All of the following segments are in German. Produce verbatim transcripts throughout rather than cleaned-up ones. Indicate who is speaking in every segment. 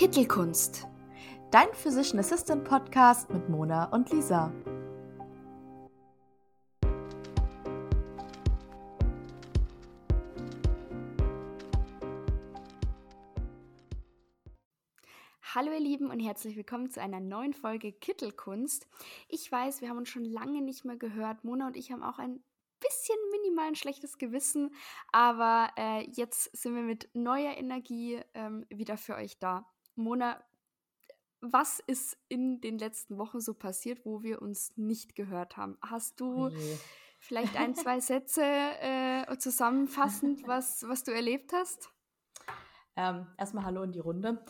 Speaker 1: Kittelkunst, dein Physician Assistant Podcast mit Mona und Lisa. Hallo ihr Lieben und herzlich willkommen zu einer neuen Folge Kittelkunst. Ich weiß, wir haben uns schon lange nicht mehr gehört. Mona und ich haben auch ein bisschen minimal ein schlechtes Gewissen, aber äh, jetzt sind wir mit neuer Energie ähm, wieder für euch da. Mona, was ist in den letzten Wochen so passiert, wo wir uns nicht gehört haben? Hast
Speaker 2: Oh
Speaker 1: du
Speaker 2: je.
Speaker 1: vielleicht ein, zwei Sätze äh, zusammenfassend, was, was du erlebt hast?
Speaker 2: Ähm, erstmal Hallo in die Runde.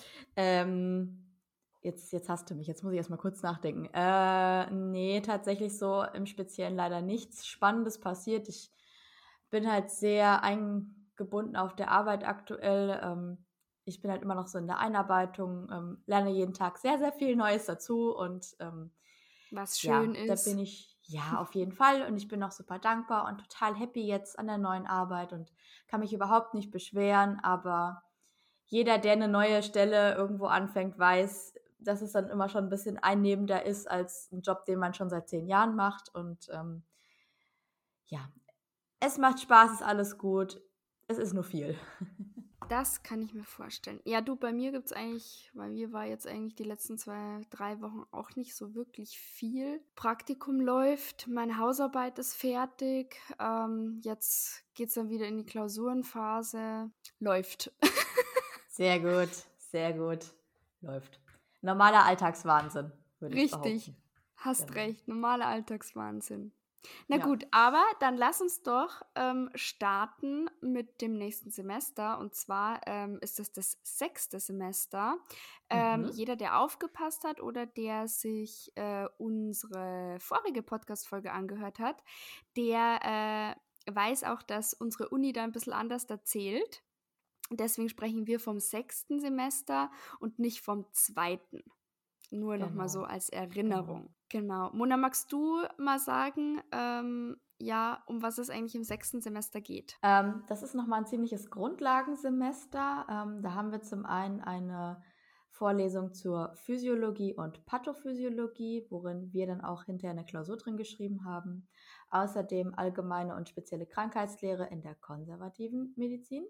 Speaker 2: Ähm, jetzt, jetzt hast du mich, jetzt muss ich erstmal kurz nachdenken. Äh, nee, tatsächlich so im Speziellen leider nichts Spannendes passiert. Ich bin halt sehr eingebunden auf der Arbeit aktuell. Ähm, ich bin halt immer noch so in der Einarbeitung, ähm, lerne jeden Tag sehr, sehr viel Neues dazu und ähm,
Speaker 1: Was schön
Speaker 2: ja, da bin
Speaker 1: ist.
Speaker 2: ich, ja, auf jeden Fall. Und ich bin auch super dankbar und total happy jetzt an der neuen Arbeit und kann mich überhaupt nicht beschweren. Aber jeder, der eine neue Stelle irgendwo anfängt, weiß, dass es dann immer schon ein bisschen einnehmender ist als ein Job, den man schon seit zehn Jahren macht. Und ähm, ja, es macht Spaß, ist alles gut. Es ist nur viel.
Speaker 1: Das kann ich mir vorstellen. Ja, du, bei mir gibt es eigentlich, bei mir war jetzt eigentlich die letzten zwei, drei Wochen auch nicht so wirklich viel. Praktikum läuft, meine Hausarbeit ist fertig. Ähm, jetzt geht es dann wieder in die Klausurenphase. Läuft.
Speaker 2: Sehr gut, sehr gut. Läuft. Normaler Alltagswahnsinn, würde ich
Speaker 1: Richtig.
Speaker 2: behaupten.
Speaker 1: Hast
Speaker 2: Genau.
Speaker 1: recht, normaler Alltagswahnsinn. Na
Speaker 2: Ja.
Speaker 1: gut, aber dann lass uns doch ähm, starten mit dem nächsten Semester. Und zwar ähm, ist es das sechste Semester. Ähm,
Speaker 2: Mhm.
Speaker 1: jeder, der aufgepasst hat oder der sich äh, unsere vorige Podcast-Folge angehört hat, der äh, weiß auch, dass unsere Uni da ein bisschen anders erzählt. Deswegen sprechen wir vom sechsten Semester und nicht vom zweiten. Nur noch mal so
Speaker 2: Genau,
Speaker 1: als
Speaker 2: genau.
Speaker 1: Erinnerung. Genau. Mona, magst du mal sagen, ähm, ja, um was es eigentlich im sechsten Semester geht?
Speaker 2: Ähm, das ist nochmal ein ziemliches Grundlagensemester. Ähm, da haben wir zum einen eine Vorlesung zur Physiologie und Pathophysiologie, worin wir dann auch hinterher eine Klausur drin geschrieben haben. Außerdem allgemeine und spezielle Krankheitslehre in der konservativen Medizin.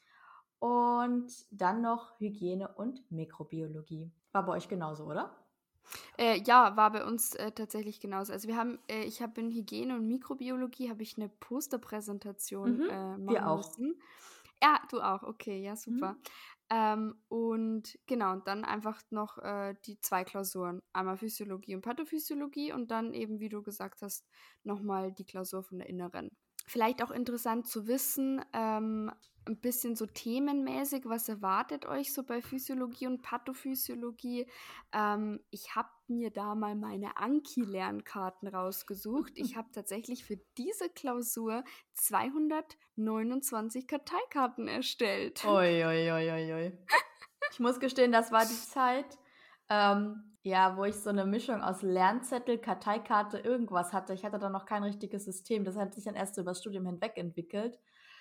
Speaker 2: Und dann noch Hygiene und Mikrobiologie. War bei euch genauso, oder?
Speaker 1: Äh, ja, war bei uns äh, tatsächlich genauso. Also wir haben, äh, ich habe in Hygiene und Mikrobiologie habe ich eine Posterpräsentation
Speaker 2: Mhm.
Speaker 1: äh,
Speaker 2: Wir
Speaker 1: machen
Speaker 2: auch.
Speaker 1: müssen. Ja, du auch, okay, ja,
Speaker 2: Mhm.
Speaker 1: super. Ähm, und genau, und dann einfach noch äh, die zwei Klausuren. Einmal Physiologie und Pathophysiologie und dann eben, wie du gesagt hast, nochmal die Klausur von der Inneren. Vielleicht auch interessant zu wissen, ähm, ein bisschen so themenmäßig, was erwartet euch so bei Physiologie und Pathophysiologie? Ähm, ich habe mir da mal meine Anki-Lernkarten rausgesucht. Ich habe tatsächlich für diese Klausur zweihundertneunundzwanzig Karteikarten erstellt.
Speaker 2: Ui, ui, ui, ui, ui. Ich muss gestehen, das war die Zeit, ähm, ja, wo ich so eine Mischung aus Lernzettel, Karteikarte, irgendwas hatte. Ich hatte da noch kein richtiges System. Das hat sich dann erst so übers Studium hinweg entwickelt.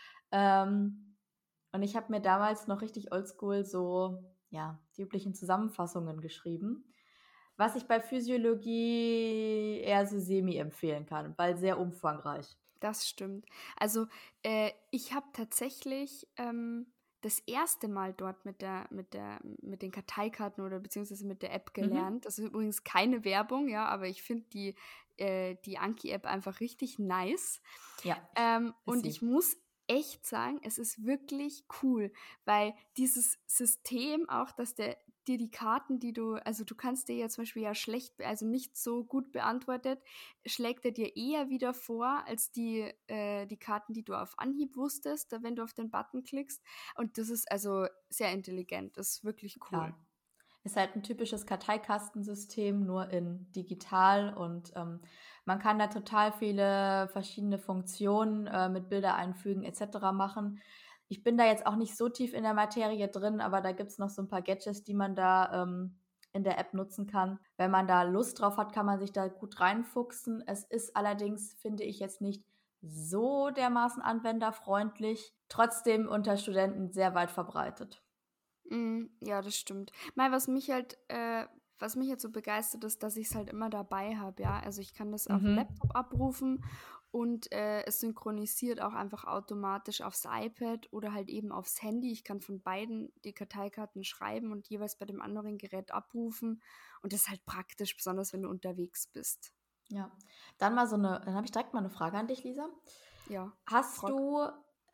Speaker 2: Ähm, und ich habe mir damals noch richtig oldschool so, ja, die üblichen Zusammenfassungen geschrieben, was ich bei Physiologie eher so semi empfehlen kann, weil sehr umfangreich.
Speaker 1: Das stimmt. Also, äh, ich habe tatsächlich, ähm, das erste Mal dort mit der mit der mit den Karteikarten oder beziehungsweise mit der App
Speaker 2: Mhm.
Speaker 1: gelernt. Das ist übrigens keine Werbung, ja, aber ich finde die äh, die Anki-App einfach richtig nice.
Speaker 2: Ja,
Speaker 1: Ähm,
Speaker 2: ist
Speaker 1: und ich
Speaker 2: sie.
Speaker 1: muss echt sagen, es ist wirklich cool, weil dieses System auch, dass der dir die Karten, die du, also du kannst dir ja zum Beispiel ja schlecht, also nicht so gut beantwortet, schlägt er dir eher wieder vor, als die, äh, die Karten, die du auf Anhieb wusstest, da wenn du auf den Button klickst. Und das ist also sehr intelligent, das ist wirklich cool.
Speaker 2: Ja. Ist halt ein typisches Karteikastensystem, nur in digital und ähm, man kann da total viele verschiedene Funktionen äh, mit Bilder einfügen et cetera machen. Ich bin da jetzt auch nicht so tief in der Materie drin, aber da gibt's noch so ein paar Gadgets, die man da ähm, in der App nutzen kann. Wenn man da Lust drauf hat, kann man sich da gut reinfuchsen. Es ist allerdings, finde ich, jetzt nicht so dermaßen anwenderfreundlich, trotzdem unter Studenten sehr weit verbreitet.
Speaker 1: Mhm, ja, das stimmt. Mei, was mich halt, äh, was mich jetzt so begeistert, ist, dass ich es halt immer dabei habe, ja. Also ich kann das auf dem
Speaker 2: Mhm.
Speaker 1: Laptop abrufen und äh, es synchronisiert auch einfach automatisch aufs iPad oder halt eben aufs Handy. Ich kann von beiden die Karteikarten schreiben und jeweils bei dem anderen Gerät abrufen. Und das ist halt praktisch, besonders wenn du unterwegs bist.
Speaker 2: Ja. Dann mal so eine, dann habe ich direkt mal eine Frage an dich, Lisa.
Speaker 1: Ja,
Speaker 2: Hast
Speaker 1: frag.
Speaker 2: du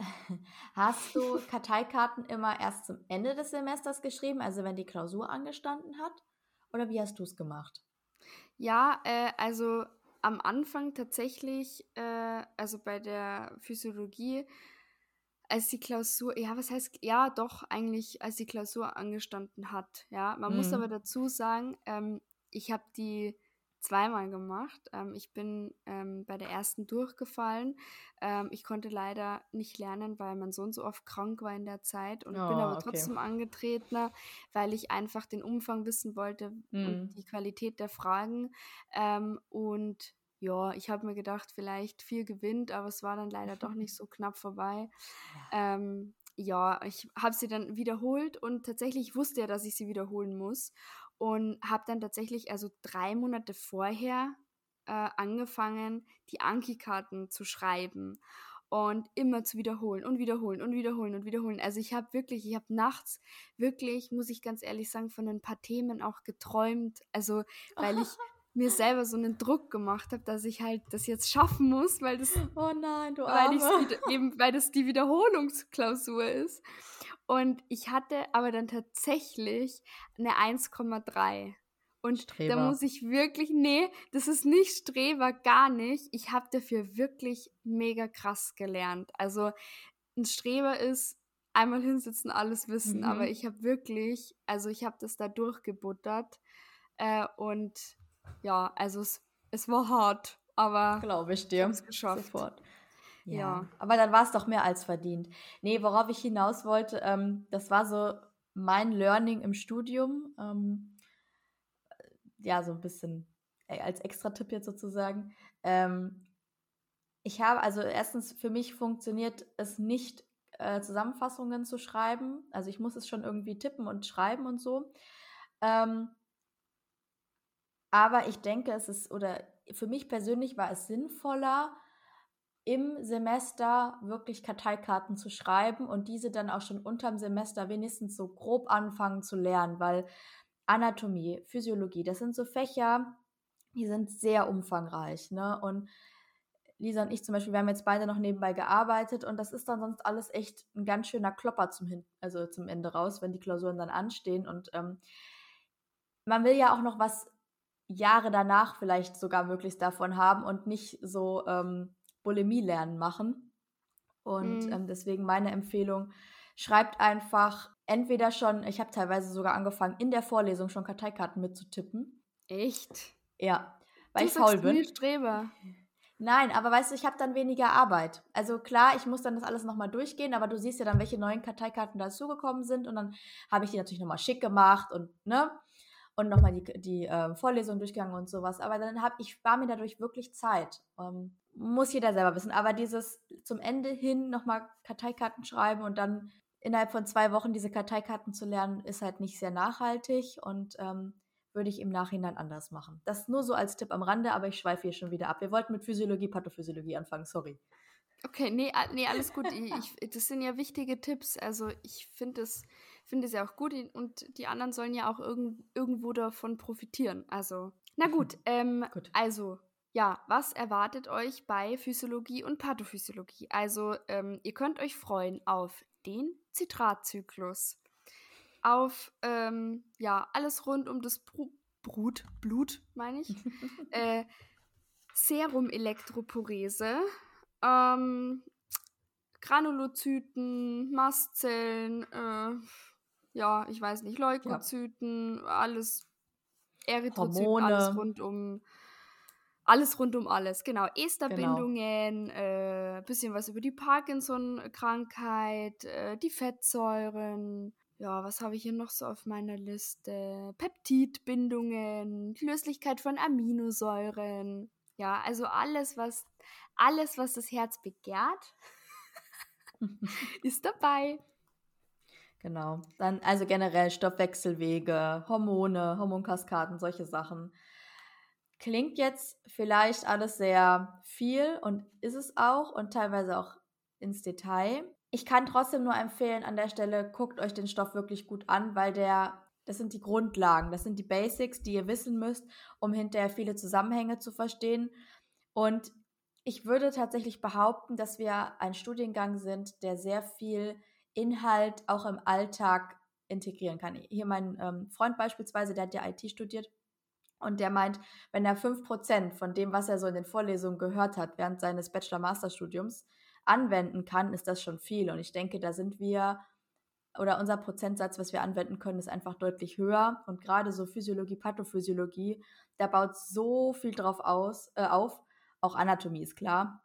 Speaker 2: hast du Karteikarten immer erst zum Ende des Semesters geschrieben, also wenn die Klausur angestanden hat? Oder wie hast du es gemacht?
Speaker 1: Ja, äh, also am Anfang tatsächlich, äh, also bei der Physiologie, als die Klausur, ja, was heißt, ja, doch, eigentlich, als die Klausur angestanden hat, ja. Man muss aber
Speaker 2: Mhm.
Speaker 1: dazu sagen, ähm, ich habe die zweimal gemacht. Ähm, ich bin ähm, bei der ersten durchgefallen. Ähm, ich konnte leider nicht lernen, weil mein Sohn so oft krank war in der Zeit und bin
Speaker 2: Oh,
Speaker 1: aber
Speaker 2: okay.
Speaker 1: trotzdem angetretener, weil ich einfach den Umfang wissen wollte und
Speaker 2: Mhm.
Speaker 1: die Qualität der Fragen. Ähm, und ja, ich habe mir gedacht, vielleicht viel gewinnt, aber es war dann leider doch nicht so knapp vorbei.
Speaker 2: Ja.
Speaker 1: Ähm, ja, ich habe sie dann wiederholt und tatsächlich wusste ja, dass ich sie wiederholen muss und habe dann tatsächlich, also drei Monate vorher äh, angefangen, die Anki-Karten zu schreiben und immer zu wiederholen und wiederholen und wiederholen und wiederholen. Also ich habe wirklich, ich habe nachts wirklich, muss ich ganz ehrlich sagen, von ein paar Themen auch geträumt. Also weil ich mir selber so einen Druck gemacht habe, dass ich halt das jetzt schaffen muss, weil das
Speaker 2: Oh nein, du
Speaker 1: weil ich's
Speaker 2: Arme.
Speaker 1: wieder eben weil das die Wiederholungsklausur ist. Und ich hatte aber dann tatsächlich eine eins Komma drei. Und da muss
Speaker 2: Streber.
Speaker 1: ich wirklich, nee, das ist nicht Streber, gar nicht. Ich habe dafür wirklich mega krass gelernt. Also ein Streber ist einmal hinsitzen, alles wissen, aber
Speaker 2: Mhm.
Speaker 1: ich habe wirklich, also ich habe das da durchgebuttert äh, und ja, also es, es war hart, aber
Speaker 2: Glaube ich
Speaker 1: ich habe
Speaker 2: dir.
Speaker 1: es geschafft.
Speaker 2: Sofort. Ja,
Speaker 1: Ja.
Speaker 2: aber dann war es doch mehr als verdient. Ne, worauf ich hinaus wollte, ähm, das war so mein Learning im Studium. Ähm, ja, so ein bisschen, äh, als Extratipp jetzt sozusagen. Ähm, ich habe also erstens für mich funktioniert es nicht, äh, Zusammenfassungen zu schreiben. Also, ich muss es schon irgendwie tippen und schreiben und so. Ähm, aber ich denke, es ist oder für mich persönlich war es sinnvoller, im Semester wirklich Karteikarten zu schreiben und diese dann auch schon unterm Semester wenigstens so grob anfangen zu lernen, weil Anatomie, Physiologie, das sind so Fächer, die sind sehr umfangreich, ne? Und Lisa und ich zum Beispiel, wir haben jetzt beide noch nebenbei gearbeitet und das ist dann sonst alles echt ein ganz schöner Klopper zum Hin also zum Ende raus, wenn die Klausuren dann anstehen und, ähm, man will ja auch noch was Jahre danach vielleicht sogar möglichst davon haben und nicht so, ähm, Bulimie-Lernen machen. Und,
Speaker 1: Mhm.
Speaker 2: ähm, deswegen meine Empfehlung, schreibt einfach entweder schon ich habe teilweise sogar angefangen, in der Vorlesung schon Karteikarten mitzutippen.
Speaker 1: Echt?
Speaker 2: Ja, weil
Speaker 1: Du
Speaker 2: ich faul
Speaker 1: sagst mir
Speaker 2: bin.
Speaker 1: Streber.
Speaker 2: Nein, aber weißt du, ich habe dann weniger Arbeit. Also klar, ich muss dann das alles noch mal durchgehen, aber du siehst ja dann, welche neuen Karteikarten dazugekommen sind und dann habe ich die natürlich noch mal schick gemacht und ne? Und noch mal die die, äh, Vorlesung durchgegangen und so was. Aber dann habe ich spare mir dadurch wirklich Zeit. Ähm, muss jeder selber wissen. Aber dieses zum Ende hin noch mal Karteikarten schreiben und dann innerhalb von zwei Wochen diese Karteikarten zu lernen, ist halt nicht sehr nachhaltig und, ähm, würde ich im Nachhinein anders machen. Das nur so als Tipp am Rande, aber ich schweife hier schon wieder ab. Wir wollten mit Physiologie, Pathophysiologie anfangen, sorry.
Speaker 1: Okay, nee, a ne, alles gut. I ich das sind ja wichtige Tipps. Also, ich finde es finde es ja auch gut i und die anderen sollen ja auch irgend irgendwo davon profitieren. Also, na gut, ähm,
Speaker 2: Gut.
Speaker 1: also, ja, was erwartet euch bei Physiologie und Pathophysiologie? Also, ähm, ihr könnt euch freuen auf den Zitratzyklus, auf, ähm, ja, alles rund um das Bru Brut Blut, meine ich, äh, Serumelektroporese, ähm, Granulozyten, Mastzellen, äh, ja, ich weiß nicht,
Speaker 2: Ja.
Speaker 1: Leukozyten, alles, Erythrozyten,
Speaker 2: Hormone,
Speaker 1: alles rund um alles rund um alles, genau.
Speaker 2: genau.
Speaker 1: Esterbindungen, äh, bisschen was über die Parkinson-Krankheit, äh, die Fettsäuren. Ja, was habe ich hier noch so auf meiner Liste? Peptidbindungen, die Löslichkeit von Aminosäuren. Ja, also alles, was alles, was das Herz begehrt, ist dabei.
Speaker 2: Genau. Dann also generell Stoffwechselwege, Hormone, Hormonkaskaden, solche Sachen. Klingt jetzt vielleicht alles sehr viel und ist es auch und teilweise auch ins Detail. Ich kann trotzdem nur empfehlen, an der Stelle, guckt euch den Stoff wirklich gut an, weil der, das sind die Grundlagen, das sind die Basics, die ihr wissen müsst, um hinterher viele Zusammenhänge zu verstehen. Und ich würde tatsächlich behaupten, dass wir ein Studiengang sind, der sehr viel Inhalt auch im Alltag integrieren kann. Hier mein ähm, Freund beispielsweise, der hat ja I T studiert und der meint, wenn er fünf Prozent von dem, was er so in den Vorlesungen gehört hat, während seines Bachelor-Master-Studiums anwenden kann, ist das schon viel. Und ich denke, da sind wir, oder unser Prozentsatz, was wir anwenden können, ist einfach deutlich höher. Und gerade so Physiologie, Pathophysiologie, da baut so viel drauf aus, äh, auf. Auch Anatomie ist klar.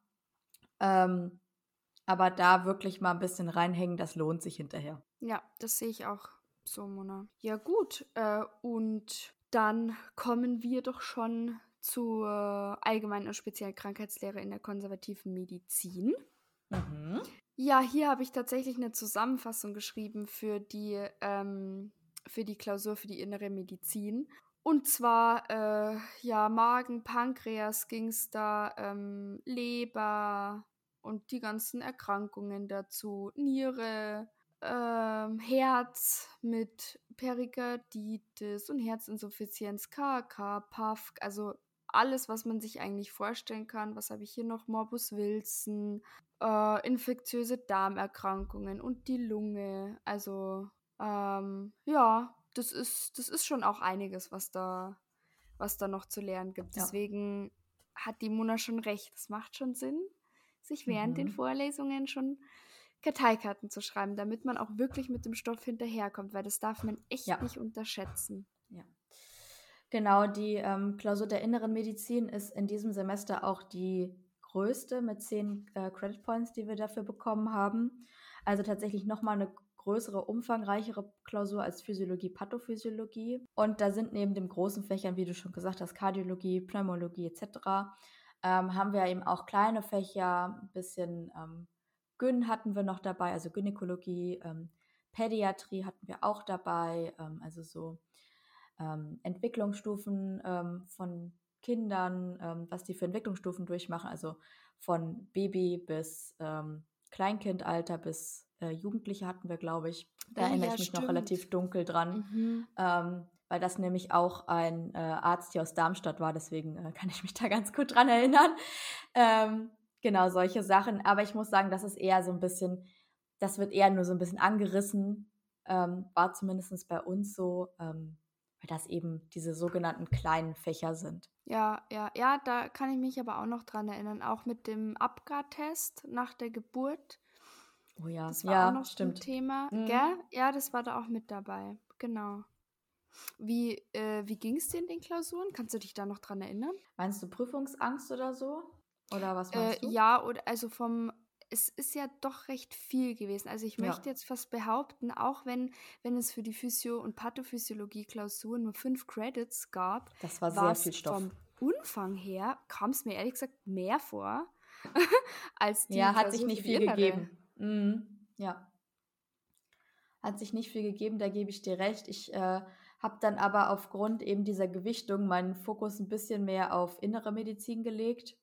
Speaker 2: Ähm, aber da wirklich mal ein bisschen reinhängen, das lohnt sich hinterher.
Speaker 1: Ja, das sehe ich auch so, Mona. Ja gut, äh, und dann kommen wir doch schon zur allgemeinen und speziellen Krankheitslehre in der konservativen Medizin.
Speaker 2: Mhm.
Speaker 1: Ja, hier habe ich tatsächlich eine Zusammenfassung geschrieben für die, ähm, für die Klausur für die innere Medizin. Und zwar, äh, ja, Magen, Pankreas ging es da, ähm, Leber und die ganzen Erkrankungen dazu, Niere, ähm, Herz mit Perikarditis und Herzinsuffizienz, K K, P A F, also alles, was man sich eigentlich vorstellen kann. Was habe ich hier noch? Morbus Wilson, äh, infektiöse Darmerkrankungen und die Lunge. Also, ähm, ja, das ist, das ist schon auch einiges, was da, was da noch zu lernen gibt.
Speaker 2: Ja.
Speaker 1: Deswegen hat die Mona schon recht. Es macht schon Sinn, sich während den
Speaker 2: Mhm.
Speaker 1: Vorlesungen schon Karteikarten zu schreiben, damit man auch wirklich mit dem Stoff hinterherkommt, weil das darf man echt
Speaker 2: Ja.
Speaker 1: nicht unterschätzen.
Speaker 2: Ja. Genau, die ähm, Klausur der inneren Medizin ist in diesem Semester auch die größte mit zehn äh, Credit Points, die wir dafür bekommen haben. Also tatsächlich nochmal eine größere, umfangreichere Klausur als Physiologie, Pathophysiologie. Und da sind neben den großen Fächern, wie du schon gesagt hast, Kardiologie, Pneumologie et cetera, ähm, haben wir eben auch kleine Fächer, ein bisschen ähm, Gyn hatten wir noch dabei, also Gynäkologie, ähm, Pädiatrie hatten wir auch dabei, ähm, also so ähm, Entwicklungsstufen ähm, von Kindern, ähm, was die für Entwicklungsstufen durchmachen, also von Baby bis ähm, Kleinkindalter bis äh, Jugendliche hatten wir, glaube ich. Da
Speaker 1: Oh
Speaker 2: erinnere
Speaker 1: ja,
Speaker 2: ich mich noch
Speaker 1: stimmt.
Speaker 2: relativ dunkel dran,
Speaker 1: Mhm.
Speaker 2: ähm, weil das nämlich auch ein äh, Arzt hier aus Darmstadt war, deswegen äh, kann ich mich da ganz gut dran erinnern. Ähm, genau, solche Sachen. Aber ich muss sagen, das ist eher so ein bisschen, das wird eher nur so ein bisschen angerissen, ähm, war zumindest bei uns so, ähm, weil das eben diese sogenannten kleinen Fächer sind.
Speaker 1: Ja, ja, ja, da kann ich mich aber auch noch dran erinnern, auch mit dem Apgar-Test nach der Geburt.
Speaker 2: Oh ja,
Speaker 1: Das war auch
Speaker 2: ja,
Speaker 1: noch so ein
Speaker 2: stimmt.
Speaker 1: Thema, gell?
Speaker 2: Mhm.
Speaker 1: Ja, das war da auch mit dabei. Genau. Wie, äh, wie ging es dir in den Klausuren? Kannst du dich da noch dran erinnern?
Speaker 2: Meinst du Prüfungsangst oder so? Oder was
Speaker 1: Äh,
Speaker 2: meinst du?
Speaker 1: ja, oder also vom, es ist ja doch recht viel gewesen. Also ich möchte
Speaker 2: Ja,
Speaker 1: jetzt fast behaupten, auch wenn, wenn es für die Physio- und Pathophysiologie-Klausur nur fünf Credits gab,
Speaker 2: das war
Speaker 1: war
Speaker 2: sehr
Speaker 1: es
Speaker 2: viel Stoff.
Speaker 1: vom Umfang her, kam es mir ehrlich gesagt mehr vor als die
Speaker 2: Ja, hat sich
Speaker 1: Klausur für
Speaker 2: nicht
Speaker 1: die
Speaker 2: viel
Speaker 1: innere.
Speaker 2: gegeben. Mhm. Ja, hat sich nicht viel gegeben, da gebe ich dir recht. Ich äh, habe dann aber aufgrund eben dieser Gewichtung meinen Fokus ein bisschen mehr auf innere Medizin gelegt.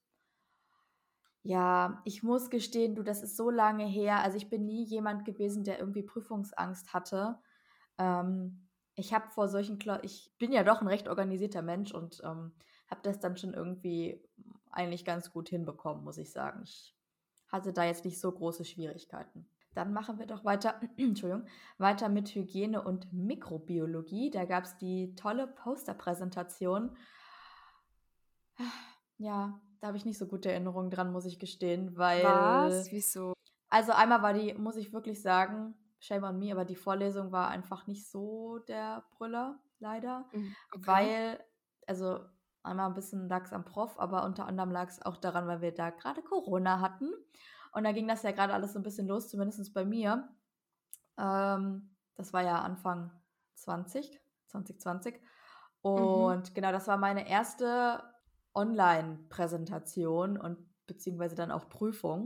Speaker 2: Ja, ich muss gestehen, du, das ist so lange her. Also ich bin nie jemand gewesen, der irgendwie Prüfungsangst hatte. Ähm, ich habe vor solchen, Kla ich bin ja doch ein recht organisierter Mensch und ähm, habe das dann schon irgendwie eigentlich ganz gut hinbekommen, muss ich sagen. Ich hatte da jetzt nicht so große Schwierigkeiten. Dann machen wir doch weiter, Entschuldigung, weiter mit Hygiene und Mikrobiologie. Da gab es die tolle Posterpräsentation. Ja, da habe ich nicht so gute Erinnerungen dran, muss ich gestehen,
Speaker 1: Was?
Speaker 2: weil,
Speaker 1: Wieso?
Speaker 2: also einmal war die, muss ich wirklich sagen, shame on me, aber die Vorlesung war einfach nicht so der Brüller, leider,
Speaker 1: Mhm, okay.
Speaker 2: weil, also einmal ein bisschen lag es am Prof, aber unter anderem lag es auch daran, weil wir da gerade Corona hatten und da ging das ja gerade alles so ein bisschen los, zumindest bei mir. Ähm, das war ja Anfang zwanzig, zwanzig zwanzig.
Speaker 1: Mhm.
Speaker 2: Und genau, das war meine erste Online-Präsentation und beziehungsweise dann auch Prüfung,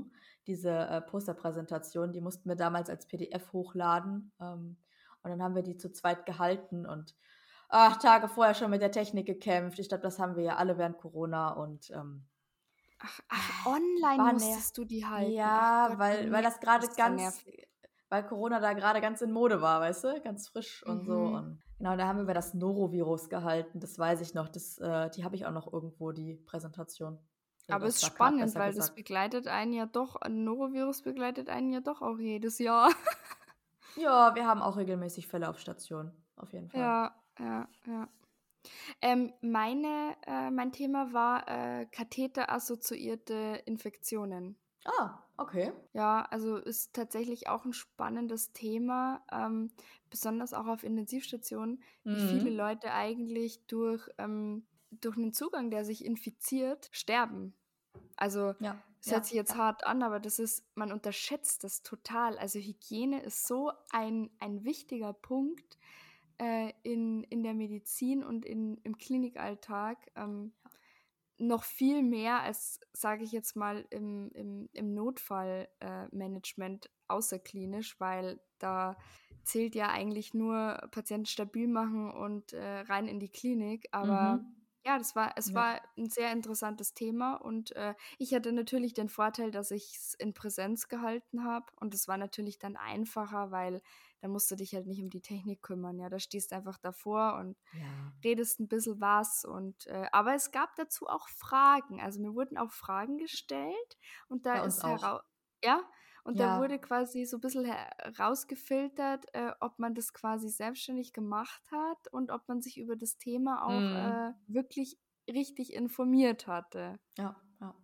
Speaker 2: diese äh, Posterpräsentation, die mussten wir damals als P D F hochladen. Ähm, und dann haben wir die zu zweit gehalten und ach, Tage vorher schon mit der Technik gekämpft. Ich glaube, das haben wir ja alle während Corona und ähm,
Speaker 1: Ach, ach, online
Speaker 2: war ner
Speaker 1: musstest du die halten. Ach
Speaker 2: ja,
Speaker 1: Gott,
Speaker 2: weil weil
Speaker 1: nee,
Speaker 2: das
Speaker 1: das
Speaker 2: gerade
Speaker 1: ist ja
Speaker 2: ganz
Speaker 1: nervig.
Speaker 2: weil Corona da gerade ganz in Mode war, weißt du, ganz frisch und so
Speaker 1: Mhm.
Speaker 2: und genau, da haben wir über das Norovirus gehalten, das weiß ich noch, das äh, die habe ich auch noch irgendwo, die Präsentation. Oder
Speaker 1: Aber es
Speaker 2: das
Speaker 1: ist
Speaker 2: Plakat,
Speaker 1: spannend,
Speaker 2: besser
Speaker 1: weil das
Speaker 2: gesagt.
Speaker 1: begleitet einen ja doch ein Norovirus begleitet einen ja doch auch jedes Jahr.
Speaker 2: Ja, wir haben auch regelmäßig Fälle auf Station, auf jeden Fall.
Speaker 1: Ja, ja, ja. Ähm, meine äh, mein Thema war, äh, katheterassoziierte Infektionen.
Speaker 2: Ah, okay.
Speaker 1: Ja, also ist tatsächlich auch ein spannendes Thema, ähm, besonders auch auf Intensivstationen, wie viele
Speaker 2: Mhm.
Speaker 1: Leute eigentlich durch, ähm durch 'nen Zugang, der sich infiziert, sterben. Also,
Speaker 2: Ja,
Speaker 1: es hört
Speaker 2: ja,
Speaker 1: sich jetzt
Speaker 2: ja.
Speaker 1: hart an, aber das ist man unterschätzt das total. Also, Hygiene ist so ein ein wichtiger Punkt, äh, in in der Medizin und in im Klinikalltag, ähm, noch viel mehr als, sage ich jetzt mal, im im im Notfall äh, Management außerklinisch, weil da zählt ja eigentlich nur Patienten stabil machen und, äh, rein in die Klinik. Aber
Speaker 2: Mhm.
Speaker 1: ja, das war es
Speaker 2: Ja.
Speaker 1: war 'n sehr interessantes Thema und, äh, ich hatte natürlich den Vorteil, dass ich's in Präsenz gehalten habe und das war natürlich dann einfacher, weil da musst du dich halt nicht um die Technik kümmern, ja? Da stehst einfach davor und
Speaker 2: Ja.
Speaker 1: redest 'n bisschen was und, äh aber es gab dazu auch Fragen. Also, mir wurden auch Fragen gestellt und da
Speaker 2: Bei uns
Speaker 1: ist
Speaker 2: auch.
Speaker 1: herau ja, und da wurde
Speaker 2: Ja.
Speaker 1: quasi so bisschen herausgefiltert, äh, ob man das quasi selbstständig gemacht hat und ob man sich über das Thema auch,
Speaker 2: Mhm.
Speaker 1: äh, wirklich richtig informiert hatte.
Speaker 2: Ja, ja.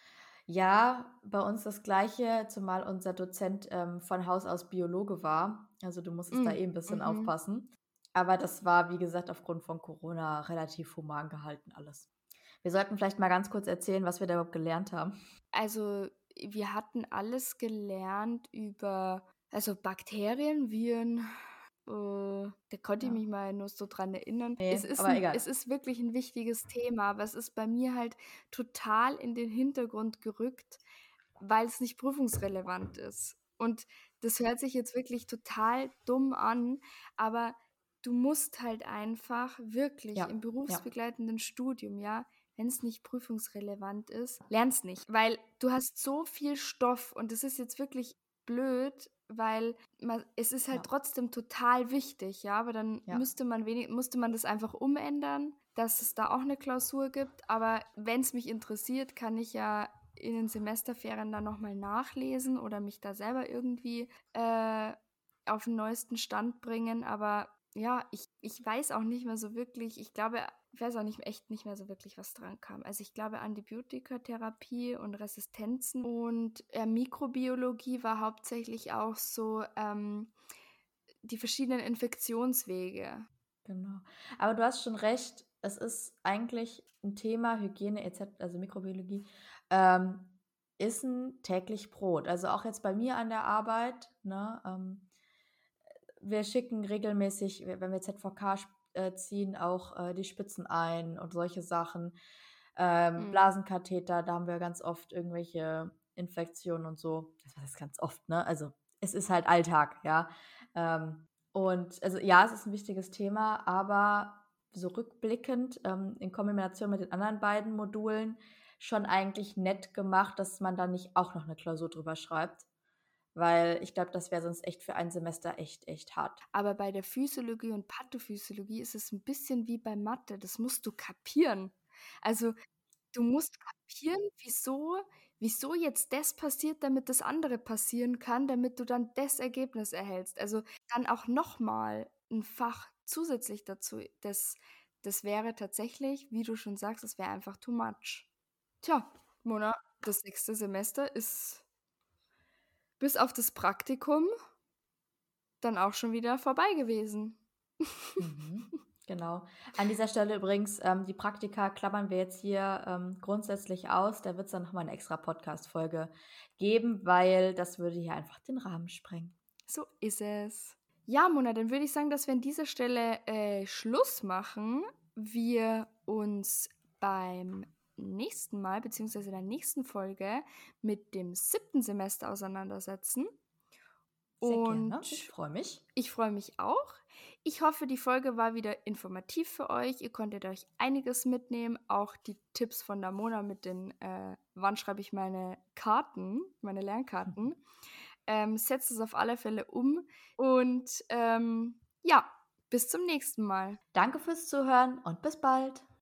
Speaker 2: Ja, bei uns das Gleiche, zumal unser Dozent, ähm, von Haus aus Biologe war. Also, du musstest da
Speaker 1: Hm,
Speaker 2: eh 'n bisschen
Speaker 1: mhm.
Speaker 2: aufpassen. Aber das war, wie gesagt, aufgrund von Corona relativ human gehalten alles. Wir sollten vielleicht mal ganz kurz erzählen, was wir da überhaupt gelernt haben.
Speaker 1: Also, wir hatten alles gelernt über also, Bakterien, Viren, äh, da konnte ich
Speaker 2: Ja.
Speaker 1: mich mal nur so dran erinnern. Es
Speaker 2: Ne,
Speaker 1: ist
Speaker 2: aber
Speaker 1: 'n
Speaker 2: egal.
Speaker 1: es ist wirklich 'n wichtiges Thema, aber es ist bei mir halt total in den Hintergrund gerückt, weil's nicht prüfungsrelevant ist. Und das hört sich jetzt wirklich total dumm an, aber du musst halt einfach wirklich
Speaker 2: Ja,
Speaker 1: im
Speaker 2: ja.
Speaker 1: berufsbegleitenden Studium, ja, wenn's nicht prüfungsrelevant ist, lern's nicht, weil du hast so viel Stoff und das ist jetzt wirklich blöd, weil ma es ist halt
Speaker 2: Ja.
Speaker 1: trotzdem total wichtig, ja, aber dann
Speaker 2: Ja.
Speaker 1: müsste man wenig musste man das einfach umändern, dass es da auch 'ne Klausur gibt. Aber wenn's mich interessiert, kann ich ja in den Semesterferien dann noch mal nachlesen oder mich da selber irgendwie, äh, auf 'n neuesten Stand bringen. Aber ja, ich ich weiß auch nicht mehr so wirklich ich glaube ich weiß auch nicht echt nicht mehr so wirklich, was dran kam. Also, ich glaube, Antibiotikatherapie und Resistenzen und, äh, Mikrobiologie war hauptsächlich auch so, ähm, die verschiedenen Infektionswege.
Speaker 2: Genau. Aber du hast schon recht, es ist eigentlich 'n Thema Hygiene et cet also, Mikrobiologie, ähm, ist 'n täglich Brot. Also, auch jetzt bei mir an der Arbeit, ne, ähm, wir schicken regelmäßig, we wenn wir ZVK sp äh, ziehen, auch, äh, die Spitzen ein und solche Sachen. Ähm,
Speaker 1: Mhm.
Speaker 2: Blasenkatheter, da haben wir ganz oft irgendwelche Infektionen und so. Was heißt ganz oft, ne? Also, es ist halt Alltag, ja? Ähm, und also, ja, es ist 'n wichtiges Thema, aber so rückblickend, ähm, in Kombination mit den anderen beiden Modulen schon eigentlich nett gemacht, dass man da nicht auch noch 'ne Klausur drüber schreibt, weil ich glaube, das wäre sonst echt für ein Semester echt, echt hart.
Speaker 1: Aber bei der Physiologie und Pathophysiologie ist es 'n bisschen wie bei Mathe, das musst du kapieren. Also, du musst kapieren, wieso wieso jetzt das passiert, damit das andere passieren kann, damit du dann das Ergebnis erhältst. Also, dann auch noch mal 'n Fach zusätzlich dazu. Das das wäre tatsächlich, wie du schon sagst, das wäre einfach too much. Tja, Mona, das sechste Semester ist bis auf das Praktikum dann auch schon wieder vorbei gewesen.
Speaker 2: Mhm, genau. An dieser Stelle übrigens, ähm, die Praktika klammern wir jetzt hier, ähm, grundsätzlich aus. Da wird's dann noch mal 'ne extra Podcast-Folge geben, weil das würde hier einfach den Rahmen sprengen.
Speaker 1: So ist es. Ja, Mona, dann würde ich sagen, dass wir an dieser Stelle, äh, Schluss machen. Wir uns beim nächsten Mal, beziehungsweise in der nächsten Folge, mit dem siebten Semester auseinandersetzen.
Speaker 2: Sehr
Speaker 1: Und
Speaker 2: gerne. Ich freue mich.
Speaker 1: Ich freue mich auch. Ich hoffe, die Folge war wieder informativ für euch. Ihr konntet euch einiges mitnehmen. Auch die Tipps von der Mona mit den, äh, wann schreibe ich meine Karten, meine Lernkarten. ähm, setzt es auf alle Fälle um. Und ähm, ja, bis zum nächsten Mal.
Speaker 2: Danke fürs Zuhören und bis bald.